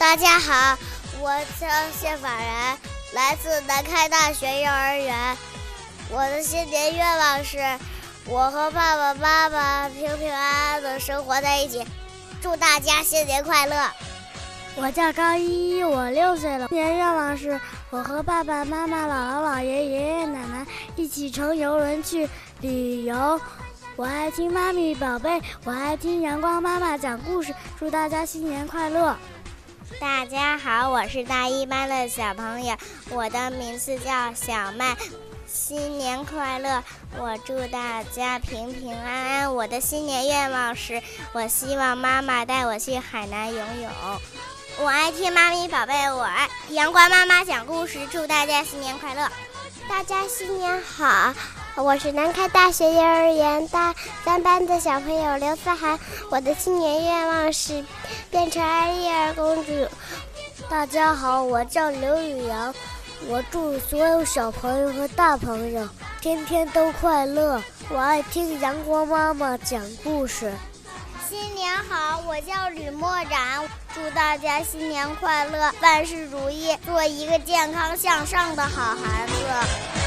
大家好，我叫谢法然，来自南开大学幼儿园。我的新年愿望是，我和爸爸妈妈平平安安的生活在一起。祝大家新年快乐！ 我叫高依依，我6岁了。新年愿望是我和爸爸妈妈、姥姥姥爷、爷爷奶奶一起乘邮轮去旅游。我爱听妈咪宝贝，我爱听阳光妈妈讲故事。祝大家新年快乐！ 大家好，我是大一班的小朋友，我的名字叫小麦。新年快乐！我祝大家平平安安。我的新年愿望是，我希望妈妈带我去海南游泳。我爱听妈咪宝贝，我爱阳光妈妈讲故事。祝大家新年快乐！ 大家新年好！我是南开大学幼儿园大3班的小朋友刘思涵。我的新年愿望是变成艾丽儿公主。 大家好，我叫刘宇阳。我祝所有小朋友和大朋友天天都快乐。我爱听阳光妈妈讲故事。 新年好，我叫吕墨然，祝大家新年快乐，万事如意，做一个健康向上的好孩子。